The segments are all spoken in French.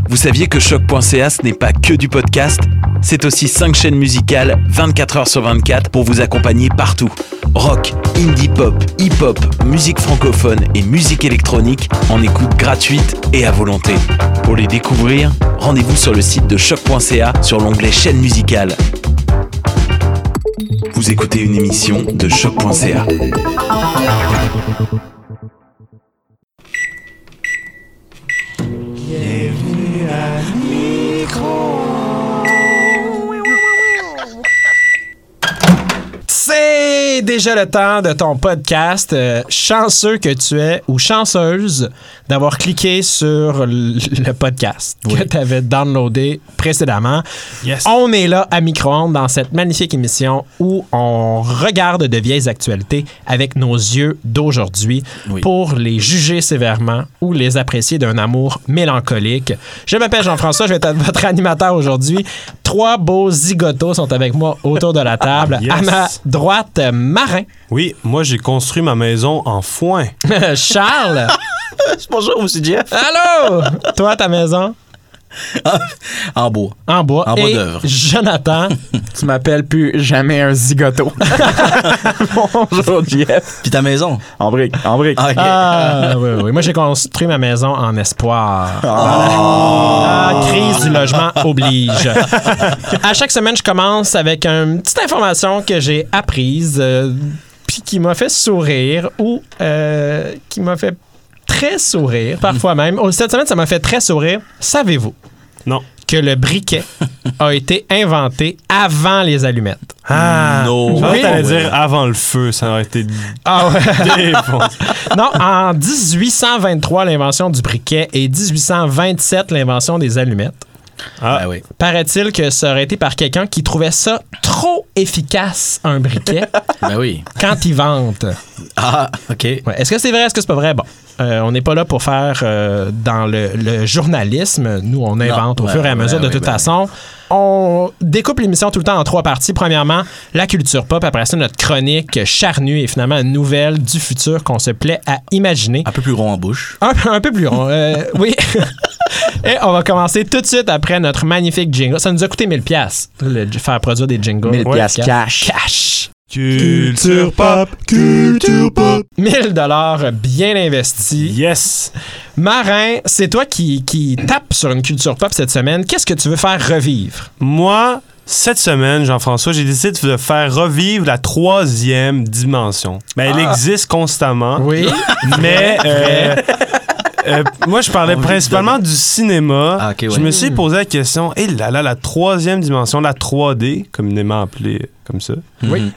Vous saviez que Choc.ca, ce n'est pas que du podcast? C'est aussi 5 chaînes musicales, 24 heures sur 24, pour vous accompagner partout. Rock, indie pop, hip-hop, musique francophone et musique électronique en écoute gratuite et à volonté. Pour les découvrir, rendez-vous sur le site de Choc.ca sur l'onglet chaîne musicale. Vous écoutez une émission de Choc.ca. Bienvenue à Micro. C'est déjà le temps de ton podcast. Chanceux que tu es ou chanceuse d'avoir cliqué sur le podcast que tu avais downloadé précédemment. Yes. On est là à Micro-ondes dans cette magnifique émission où on regarde de vieilles actualités avec nos yeux d'aujourd'hui pour les juger sévèrement ou les apprécier d'un amour mélancolique. Je m'appelle Jean-François, je vais être votre animateur aujourd'hui. 3 beaux zigotos sont avec moi autour de la table. Yes. À ma droite, Marin. Oui, moi j'ai construit ma maison en foin. Charles. Bonjour, monsieur Jeff. Allô. Toi, ta maison? En bois. En bois. En bois Et d'œuvre. Jonathan. Tu m'appelles plus jamais un zigoto. Bonjour, Jeff. Puis ta maison? En brique, en brique. Ah, OK. Ah, oui. Moi, j'ai construit ma maison en espoir. Crise du logement oblige. À chaque semaine, je commence avec une petite information que j'ai apprise, puis qui m'a fait sourire ou qui m'a fait très sourire, parfois même. Cette semaine, ça m'a fait très sourire. Savez-vous Non. que le briquet a été inventé avant les allumettes? Ah! No. Je pensais que t'allais Oui. dire avant le feu, ça aurait été Ah ouais. défoncé. Non, en 1823, l'invention du briquet et 1827, l'invention des allumettes. Ah, Ben oui. Paraît-il que ça aurait été par quelqu'un qui trouvait ça trop efficace, un briquet, Ben oui. quand il vante. Ah, OK. Ouais. Est-ce que c'est vrai? Est-ce que c'est pas vrai? Bon, on n'est pas là pour faire dans le journalisme. Nous, on invente au fur et à mesure. De toute façon, on découpe l'émission tout le temps en 3 parties. Premièrement, la culture pop. Après ça, notre chronique charnue et finalement une nouvelle du futur qu'on se plaît à imaginer. Un peu plus rond en bouche. Un peu plus rond. Oui. Et on va commencer tout de suite après notre magnifique jingle. Ça nous a coûté 1000$ faire produire des jingles. 1000$ cash. Cash. Culture pop, culture pop. 1000$ bien investis. Yes. Marin, c'est toi qui tape sur une culture pop cette semaine. Qu'est-ce que tu veux faire revivre? Moi, cette semaine, Jean-François, j'ai décidé de faire revivre la 3e dimension. Ben, elle existe constamment. Oui. Mais moi, je parlais principalement du cinéma. Ah, ok, ouais. Je me suis posé la question, la 3e dimension, la 3D, communément appelée comme ça. Oui.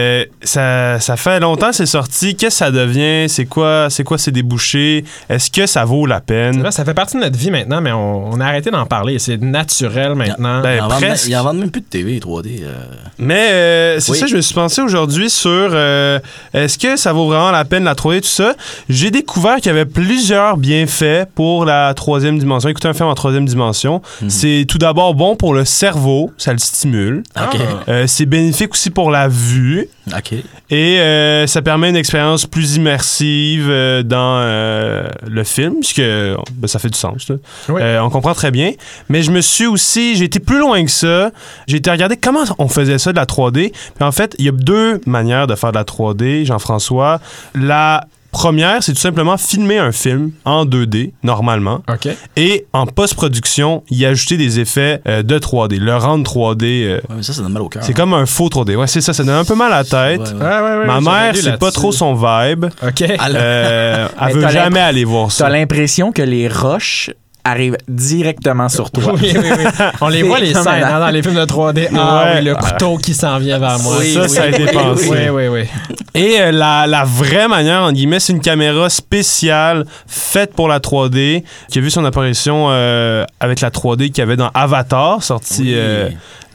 Ça fait longtemps que c'est sorti. Qu'est-ce que ça devient? C'est quoi ses débouchés? Est-ce que ça vaut la peine? Là, ça fait partie de notre vie maintenant, mais on a arrêté d'en parler. C'est naturel maintenant. Ben, Ils en vendent même plus de TV 3D. Mais c'est Oui. ça, je me suis pensé aujourd'hui sur est-ce que ça vaut vraiment la peine la 3D, tout ça. J'ai découvert qu'il y avait plusieurs bienfaits pour la 3e dimension. Écouter un film en 3e dimension, c'est tout d'abord bon pour le cerveau, ça le stimule. OK. C'est bénéfique aussi pour la vue. OK. Et ça permet une expérience plus immersive dans le film, puisque ça fait du sens. Là. Oui. On comprend très bien. Mais j'ai été plus loin que ça. J'ai été regarder comment on faisait ça de la 3D. Puis en fait, il y a 2 manières de faire de la 3D, Jean-François. La première, c'est tout simplement filmer un film en 2D, normalement. OK. Et en post-production, y ajouter des effets de 3D. Le rendre 3D... Ouais, mais ça donne mal au cœur. c'est comme un faux 3D. Ouais, c'est ça. Ça donne un peu mal à la tête. Ouais. Ma j'avais mère, lu c'est pas là-dessus. trop son vibe. OK. Elle veut t'as jamais aller voir T'as ça. l'impression que les roches arrivent directement sur toi. Oui. On les voit, les scènes, Phénoménal. dans les films de 3D. Ah Ouais. oui, le couteau qui s'en vient vers moi. Ça a été pensé. Oui. Et la vraie manière, entre guillemets, c'est une caméra spéciale faite pour la 3D qui a vu son apparition avec la 3D qu'il y avait dans Avatar, sorti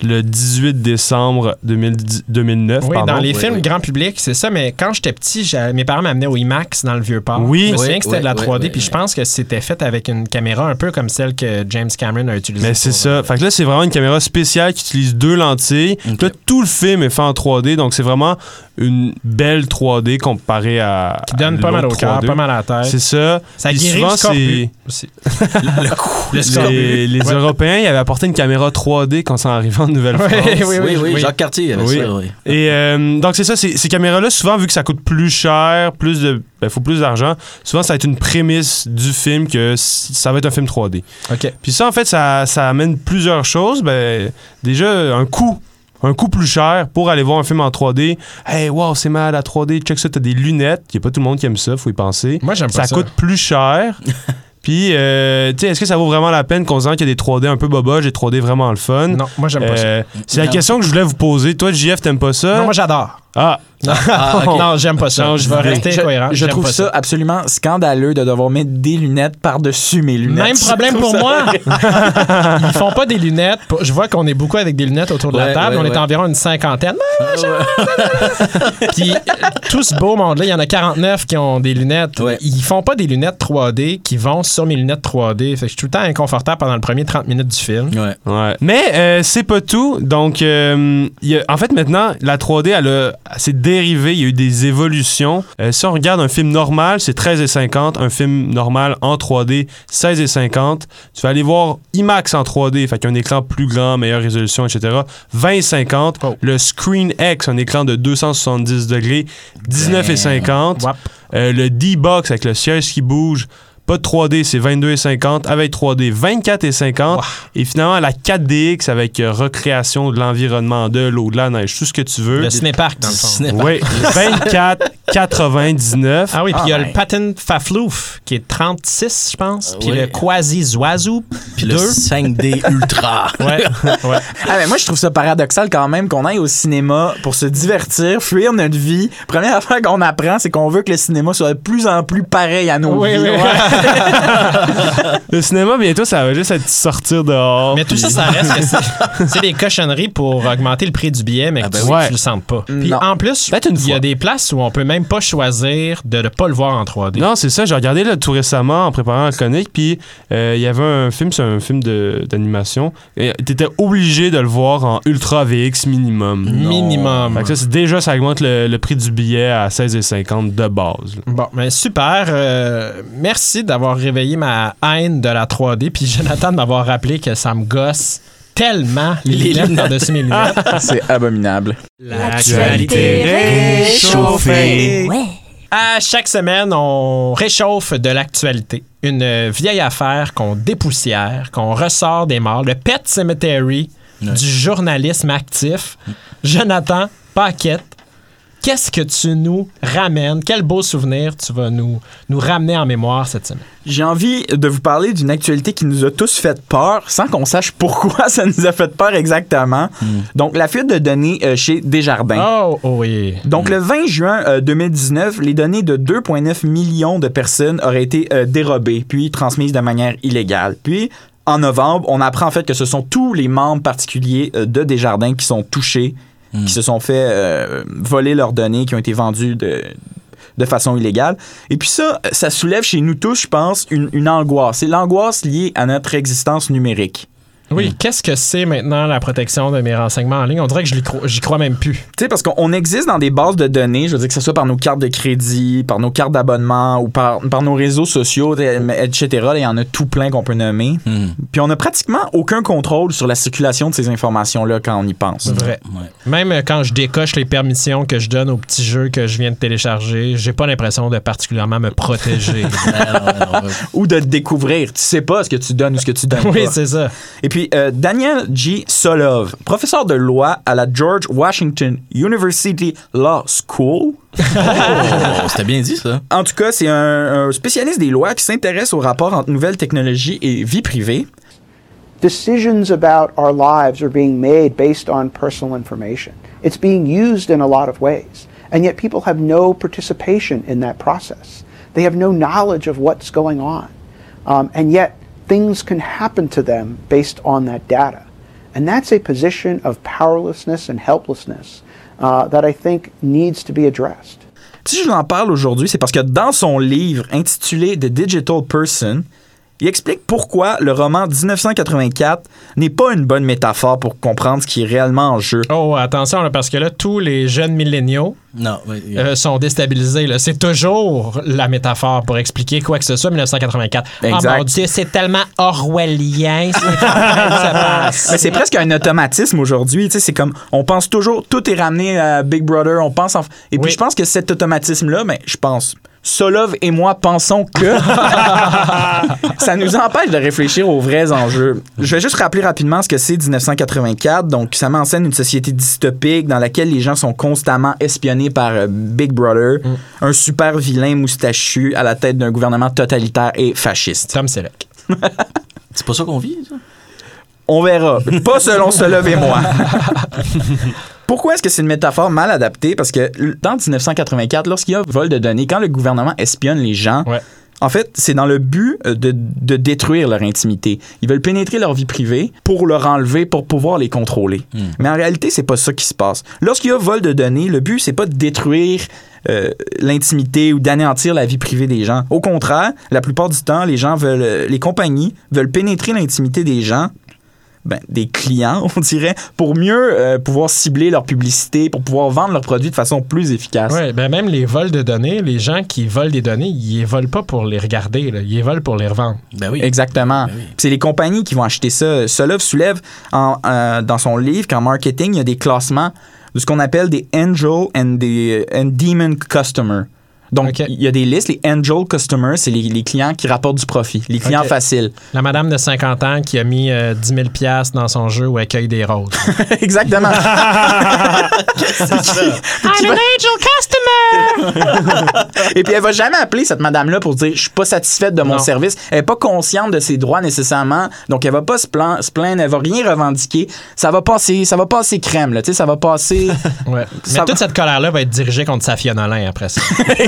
le 18 décembre 2009. Oui, pardon. dans les films grand public, c'est ça, mais quand j'étais petit, mes parents m'amenaient au IMAX dans le Vieux-Port. Oui. Je me souviens que c'était de la Oui, 3D, oui, puis oui. je pense que c'était fait avec une caméra un peu comme celle que James Cameron a utilisée. Mais c'est ça. Fait que là, c'est vraiment une caméra spéciale qui utilise 2 lentilles. Ok. Là, tout le film est fait en 3D, donc c'est vraiment une belle 3D comparée à. Qui donne pas mal au cœur, pas mal à la tête. C'est ça. Ça Puis guérit souvent, le scorbut c'est. aussi. Le scorbut. Les Ouais. Européens, ils avaient apporté une caméra 3D quand ça arrivait en Nouvelle-France. Oui. Jacques Cartier avait Oui. ça, oui. Et donc, c'est ça, ces caméras-là, souvent, vu que ça coûte plus cher, faut plus d'argent, souvent, ça va être une prémisse du film que ça va être un film 3D. OK. Puis ça, en fait, ça amène plusieurs choses. Déjà, un coût plus cher pour aller voir un film en 3D. Hey, wow, c'est mal à 3D, check ça, t'as des lunettes. Il n'y a pas tout le monde qui aime ça, faut y penser. Moi, j'aime pas ça. Ça coûte plus cher. Puis, tu sais, est-ce que ça vaut vraiment la peine qu'on se dise qu'il y a des 3D un peu boboches et 3D vraiment le fun? Non, moi, j'aime pas ça. C'est la question que je voulais vous poser. Toi, JF, t'aimes pas ça? Non, moi, j'adore. Ah, OK. Non, j'aime pas ça. Change Je vais d'idée. rester cohérent. Je J'aime trouve pas ça absolument scandaleux de devoir mettre des lunettes par-dessus mes lunettes. Même problème pour moi. Ils font pas des lunettes. Je vois qu'on est beaucoup avec des lunettes autour de la Ouais, table. ouais, On est ouais. environ une cinquantaine. Puis tout ce beau monde-là, il y en a 49 qui ont des lunettes. Ouais. Ils font pas des lunettes 3D qui vont sur mes lunettes 3D. Fait que je suis tout le temps inconfortable pendant le premier 30 minutes du film. Ouais. ouais. Mais c'est pas tout. Donc, en fait, maintenant, la 3D, elle s'est dérivée. Il y a eu des évolutions. Si on regarde un film normal, c'est 13,50. Un film normal en 3D, 16,50. Tu vas aller voir IMAX en 3D, fait qu'un écran plus grand, meilleure résolution, etc. 20,50. Oh. Le Screen X, un écran de 270 degrés, 19,50. Wap. Le D-Box avec le siège qui bouge, pas de 3D, c'est 22,50. Avec 3D, 24,50. Wow. Et finalement, la 4DX avec recréation de l'environnement, de l'eau, de la neige, tout ce que tu veux. Le cinépark, dans le fond. Cinépark. Oui, 24,99. Ah oui, puis il y a Ah, le Patent Faflouf qui est 36, je pense. Puis Oui. le Quasi Zoazou, Puis le 2. 5D Ultra. Ouais, ouais. Ah, mais moi, je trouve ça paradoxal quand même qu'on aille au cinéma pour se divertir, fuir notre vie. Première affaire qu'on apprend, c'est qu'on veut que le cinéma soit de plus en plus pareil à nos Oui, vies. oui, oui. Le cinéma, bientôt, ça va juste être sortir dehors. Mais tout ça, ça reste que c'est des cochonneries pour augmenter le prix du billet, mais que ben tu, oui. tu le sentes pas. Puis Non. en plus, Peut-être une il y a fois. des places où on peut même pas choisir de ne pas le voir en 3D. Non, c'est ça. J'ai regardé là, tout récemment en préparant la chronique, puis il y avait un film, c'est un film d'animation. Et t'étais obligé de le voir en Ultra VX minimum. Minimum. Fait que ça, déjà, ça augmente le prix du billet à 16,50 de base. Là. Bon, mais super. Merci d'avoir réveillé ma haine de la 3D, puis Jonathan de m'avoir rappelé que ça me gosse tellement les lunettes par-dessus mes lunettes. C'est abominable. L'actualité réchauffée. À chaque semaine, on réchauffe de l'actualité. Une vieille affaire qu'on dépoussière, qu'on ressort des morts. Le Pet Cemetery du journalisme actif. Jonathan Paquette, qu'est-ce que tu nous ramènes? Quel beau souvenir tu vas nous ramener en mémoire cette semaine? J'ai envie de vous parler d'une actualité qui nous a tous fait peur, sans qu'on sache pourquoi ça nous a fait peur exactement. Donc, la fuite de données chez Desjardins. Oh oui. Donc, le 20 juin 2019, les données de 2,9 millions de personnes auraient été dérobées, puis transmises de manière illégale. Puis, en novembre, on apprend en fait que ce sont tous les membres particuliers de Desjardins qui sont touchés, qui se sont fait voler leurs données, qui ont été vendues de façon illégale. Et puis ça soulève chez nous tous, je pense, une angoisse. C'est l'angoisse liée à notre existence numérique. Oui, qu'est-ce que c'est maintenant la protection de mes renseignements en ligne? On dirait que j'y crois même plus. Tu sais, parce qu'on existe dans des bases de données, je veux dire que ce soit par nos cartes de crédit, par nos cartes d'abonnement ou par nos réseaux sociaux, etc. Il y en a tout plein qu'on peut nommer. Puis on n'a pratiquement aucun contrôle sur la circulation de ces informations-là quand on y pense. C'est vrai. Ouais. Même quand je décoche les permissions que je donne aux petits jeux que je viens de télécharger, j'ai pas l'impression de particulièrement me protéger. Non. Ou de te découvrir. Tu sais pas ce que tu donnes ou ce que tu donnes Oui, pas. c'est ça. Et puis, Daniel G. Solove, professeur de loi à la George Washington University Law School. Oh, c'était bien dit, ça. En tout cas, c'est un spécialiste des lois qui s'intéresse au rapport entre nouvelles technologies et vie privée. Decisions about our lives are being made based on personal information. It's being used in a lot of ways. And yet people have no participation in that process. They have no knowledge of what's going on. And yet things can happen to them based on that data. And that's a position of powerlessness and helplessness that I think needs to be addressed. Si je vous en parle aujourd'hui, c'est parce que dans son livre intitulé The Digital Person, il explique pourquoi le roman 1984 n'est pas une bonne métaphore pour comprendre ce qui est réellement en jeu. Oh, attention, là, parce que là, tous les jeunes milléniaux sont déstabilisés. Là. C'est toujours la métaphore pour expliquer quoi que ce soit, 1984. Exact. Oh mon Dieu, c'est tellement orwellien. C'est Mais c'est presque un automatisme aujourd'hui. Tu sais, c'est comme, on pense toujours, tout est ramené à Big Brother, on pense en... Et puis, je pense que cet automatisme-là, Solov et moi pensons que ça nous empêche de réfléchir aux vrais enjeux. Je vais juste rappeler rapidement ce que c'est 1984. Donc, ça met en scène une société dystopique dans laquelle les gens sont constamment espionnés par Big Brother, un super vilain moustachu à la tête d'un gouvernement totalitaire et fasciste. Tom Selleck. C'est pas ça qu'on vit, ça? On verra. Pas selon Solov et moi. Pourquoi est-ce que c'est une métaphore mal adaptée? Parce que dans 1984, lorsqu'il y a vol de données, quand le gouvernement espionne les gens, en fait, c'est dans le but de détruire leur intimité. Ils veulent pénétrer leur vie privée pour leur enlever, pour pouvoir les contrôler. Mais en réalité, c'est pas ça qui se passe. Lorsqu'il y a vol de données, le but, c'est pas de détruire l'intimité ou d'anéantir la vie privée des gens. Au contraire, la plupart du temps, les compagnies veulent pénétrer l'intimité des gens, des clients, on dirait, pour mieux pouvoir cibler leur publicité, pour pouvoir vendre leurs produits de façon plus efficace. Oui, même les vols de données, les gens qui volent des données, ils les volent pas pour les regarder, là. Ils les volent pour les revendre. Ben oui. Exactement. Ben oui. C'est les compagnies qui vont acheter ça. Solov soulève dans son livre qu'en marketing, il y a des classements de ce qu'on appelle des angel and demon customers. Donc, il y a des listes. Les angel customers, c'est les clients qui rapportent du profit, les clients faciles. La madame de 50 ans qui a mis 10 000 $ dans son jeu où elle cueille des roses. Exactement. I'm an angel customer! Et puis, elle va jamais appeler cette madame-là pour dire « Je suis pas satisfaite de mon service ». Elle est pas consciente de ses droits nécessairement. Donc, elle va pas se plaindre, elle va rien revendiquer. Ça va passer crème, là. Tu sais, ça va passer... Ouais. Mais toute cette colère-là va être dirigée contre Safia Nolin après ça.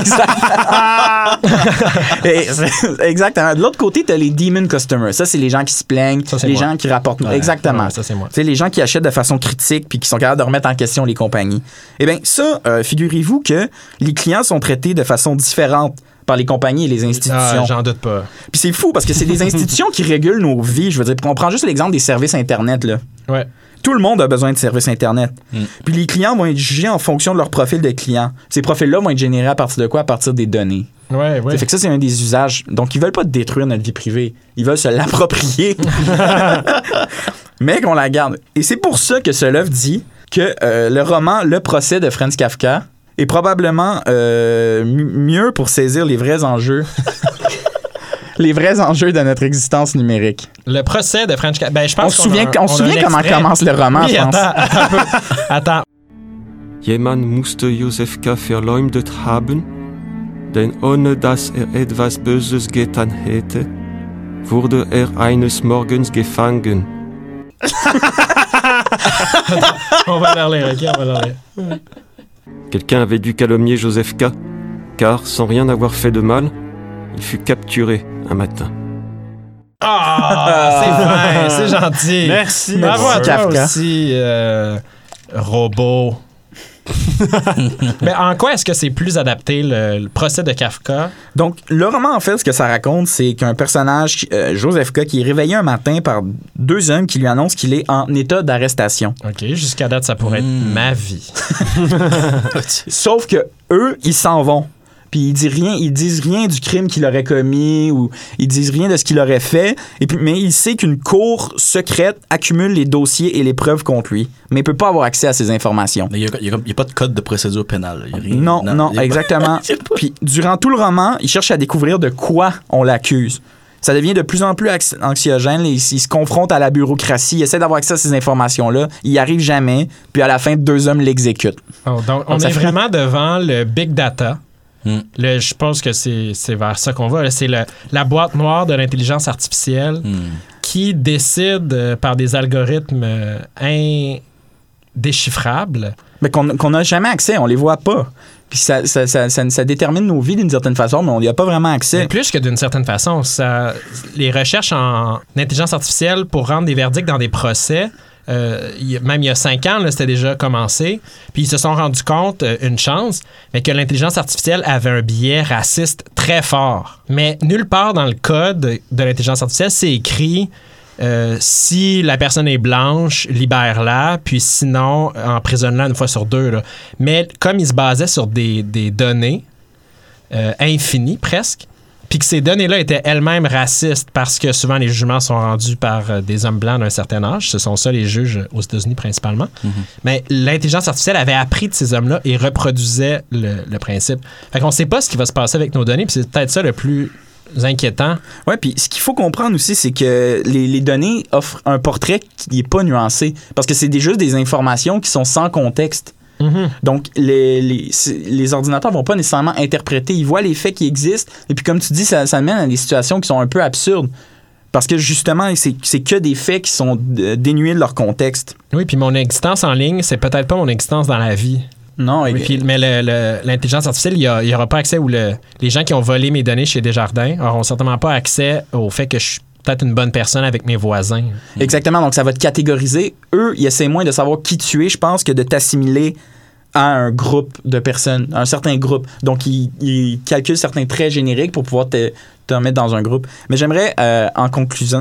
Exactement. De l'autre côté, t'as les demon customers. Ça, c'est les gens qui se plaignent, gens qui rapportent. Ouais, exactement. Ouais, ça, c'est moi. C'est les gens qui achètent de façon critique puis qui sont capables de remettre en question les compagnies. Eh bien, ça, figurez-vous que les clients sont traités de façon différente par les compagnies et les institutions. J'en doute pas. Puis c'est fou parce que c'est des institutions qui régulent nos vies. Je veux dire, on prend juste l'exemple des services Internet, là. Ouais. Tout le monde a besoin de services Internet. Puis les clients vont être jugés en fonction de leur profil de client. Ces profils-là vont être générés à partir de quoi? À partir des données. Ouais. Ça fait que ça, c'est un des usages. Donc, ils veulent pas détruire notre vie privée. Ils veulent se l'approprier. Mais qu'on la garde. Et c'est pour ça que Solov dit que le roman Le procès de Franz Kafka est probablement mieux pour saisir les vrais enjeux. Les vrais enjeux de notre existence numérique. Le procès de Franz Kafka. Je pense on se souvient comment commence le roman, je pense. Attends. Jemand musste Josefka verleumdet haben, denn ohne dass etwas Böses getan hätte, wurde eines Morgens gefangen. On va leur lire, OK? On va leur lire. Quelqu'un avait dû calomnier Josefka, car sans rien avoir fait de mal, il fut capturé un matin. C'est fin, c'est gentil. Merci. Bravo à toi Kafka. aussi, robot. Mais en quoi est-ce que c'est plus adapté, le procès de Kafka? Donc, le roman, en fait, ce que ça raconte, c'est qu'un personnage, Joseph K., qui est réveillé un matin par deux hommes qui lui annoncent qu'il est en état d'arrestation. OK, jusqu'à date, ça pourrait être ma vie. Sauf que eux, ils s'en vont. Puis ils disent rien du crime qu'il aurait commis ou ils disent rien de ce qu'il aurait fait. Et puis, mais il sait qu'une cour secrète accumule les dossiers et les preuves contre lui. Mais il peut pas avoir accès à ces informations. Il n'y a pas de code de procédure pénale. Il y a rien, Non, exactement. Puis durant tout le roman, il cherche à découvrir de quoi on l'accuse. Ça devient de plus en plus anxiogène. Il se confronte à la bureaucratie. Il essaie d'avoir accès à ces informations-là. Il n'y arrive jamais. Puis à la fin, deux hommes l'exécutent. Oh, donc on est vraiment devant le big data. Je pense que c'est vers ça qu'on va. Là. C'est la boîte noire de l'intelligence artificielle qui décide par des algorithmes indéchiffrables. Mais qu'on n'a jamais accès, on les voit pas. Puis ça détermine nos vies d'une certaine façon, mais on n'y a pas vraiment accès. Mais plus que d'une certaine façon, les recherches en intelligence artificielle pour rendre des verdicts dans des procès même il y a 5 ans, là, c'était déjà commencé. Puis ils se sont rendus compte, une chance, mais que l'intelligence artificielle avait un biais raciste très fort. Mais nulle part dans le code de l'intelligence artificielle, c'est écrit si la personne est blanche, libère-la, puis sinon, emprisonne-la une fois sur 2. Là. Mais comme il se basait sur des données infinies presque, puis que ces données-là étaient elles-mêmes racistes parce que souvent les jugements sont rendus par des hommes blancs d'un certain âge. Ce sont ça les juges aux États-Unis principalement. Mm-hmm. Mais l'intelligence artificielle avait appris de ces hommes-là et reproduisait le principe. Fait qu'on ne sait pas ce qui va se passer avec nos données, puis c'est peut-être ça le plus inquiétant. Oui, puis ce qu'il faut comprendre aussi, c'est que les données offrent un portrait qui n'est pas nuancé parce que c'est juste des informations qui sont sans contexte. Mm-hmm. Donc, les ordinateurs vont pas nécessairement interpréter. Ils voient les faits qui existent. Et puis, comme tu dis, ça mène à des situations qui sont un peu absurdes. Parce que, justement, c'est que des faits qui sont dénués de leur contexte. Oui, puis mon existence en ligne, c'est peut-être pas mon existence dans la vie. Non. Oui, puis, mais l'intelligence artificielle, il n'y aura pas accès, ou les gens qui ont volé mes données chez Desjardins n'auront certainement pas accès au fait que je suis peut-être une bonne personne avec mes voisins. Exactement. Donc, ça va te catégoriser. Eux, ils essaient moins de savoir qui tu es, je pense, que de t'assimiler à un groupe de personnes, à un certain groupe. Donc, ils calculent certains traits génériques pour pouvoir te mettre dans un groupe. Mais j'aimerais, en conclusion,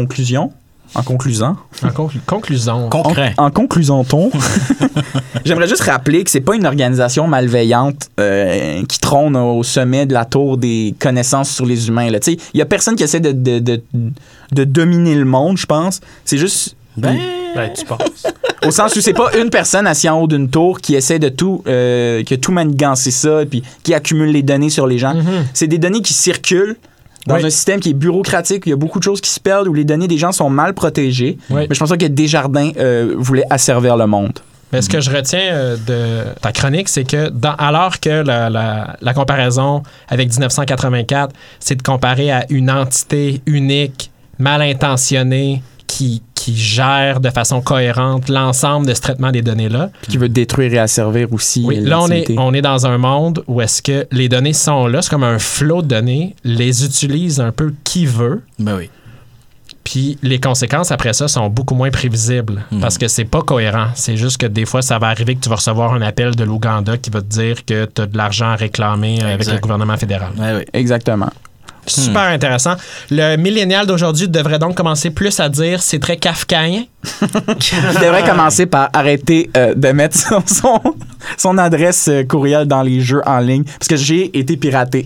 j'aimerais juste rappeler que c'est pas une organisation malveillante qui trône au sommet de la tour des connaissances sur les humains. Il y a personne qui essaie de dominer le monde, je pense. C'est juste... tu penses. Au sens où c'est pas une personne assise en haut d'une tour qui essaie de tout manigancer ça et puis qui accumule les données sur les gens. Mm-hmm. C'est des données qui circulent dans un système qui est bureaucratique. Il y a beaucoup de choses qui se perdent où les données des gens sont mal protégées. Oui. Mais je pense pas que Desjardins voulait asservir le monde. Mais ce que je retiens de ta chronique, c'est que alors que la comparaison avec 1984, c'est de comparer à une entité unique, mal intentionnée, qui gère de façon cohérente l'ensemble de ce traitement des données-là. Puis qui veut détruire et asservir aussi. Oui, là, on est dans un monde où est-ce que les données sont là, c'est comme un flot de données, les utilise un peu qui veut. Ben oui. Puis les conséquences après ça sont beaucoup moins prévisibles parce que c'est pas cohérent. C'est juste que des fois, ça va arriver que tu vas recevoir un appel de l'Ouganda qui va te dire que tu as de l'argent à réclamer avec le gouvernement fédéral. Ben oui. Exactement. Super intéressant. Le millénial d'aujourd'hui devrait donc commencer plus à dire c'est très kafkaïen. Il devrait commencer par arrêter de mettre son adresse courriel dans les jeux en ligne parce que j'ai été piraté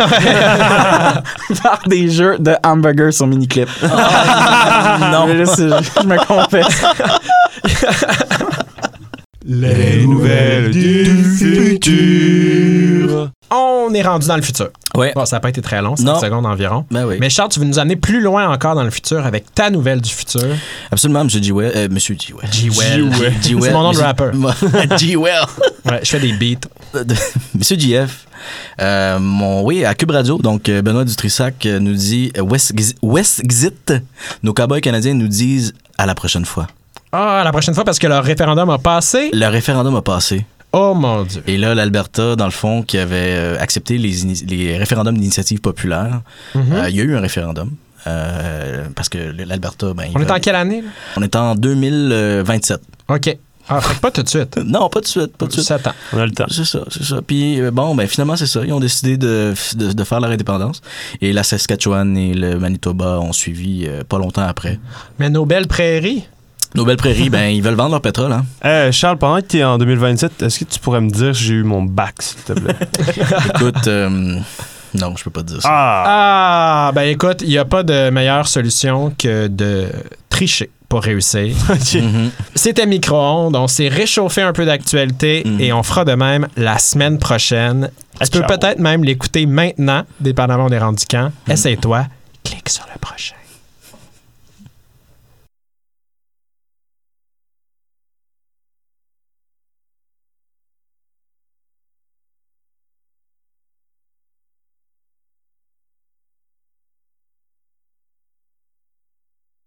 par des jeux de hamburgers sur Miniclip. Non, je me confesse. Les nouvelles du futur. On est rendu dans le futur. Ouais. Bon, ça n'a pas été très long, 5 secondes environ. Ben oui. Mais Charles, tu veux nous amener plus loin encore dans le futur avec ta nouvelle du futur. Absolument, M. G-Well. Monsieur G-Well. G-Well. C'est mon nom de rappeur. G-Well. Ouais, je fais des beats. Monsieur GF. À Cube Radio, donc Benoît Dutrissac nous dit Westxit. Nos cowboys canadiens nous disent à la prochaine fois. Ah, la prochaine fois parce que leur référendum a passé? Le référendum a passé. Oh mon Dieu. Et là, l'Alberta, dans le fond, qui avait accepté les référendums d'initiative populaire, il y a eu un référendum. Parce que l'Alberta... On est en quelle année? Là? On est en 2027. OK. Ah, fait que pas tout de suite. Non, pas tout de suite. Pas tout de suite. 7 ans. On a le temps. C'est ça. Puis, finalement, c'est ça. Ils ont décidé de faire leur indépendance. Et la Saskatchewan et le Manitoba ont suivi pas longtemps après. Mais nos belles prairies... Nos belles prairies, ils veulent vendre leur pétrole, hein? Charles, pendant que tu es en 2027, est-ce que tu pourrais me dire si j'ai eu mon bac, s'il te plaît? Écoute, non, je peux pas te dire ça. Écoute, il n'y a pas de meilleure solution que de tricher pour réussir. C'était Micro-ondes, on s'est réchauffé un peu d'actualité et on fera de même la semaine prochaine. Tu peux peut-être même l'écouter maintenant, dépendamment on est rendu quand. Essaye-toi, clique sur le prochain.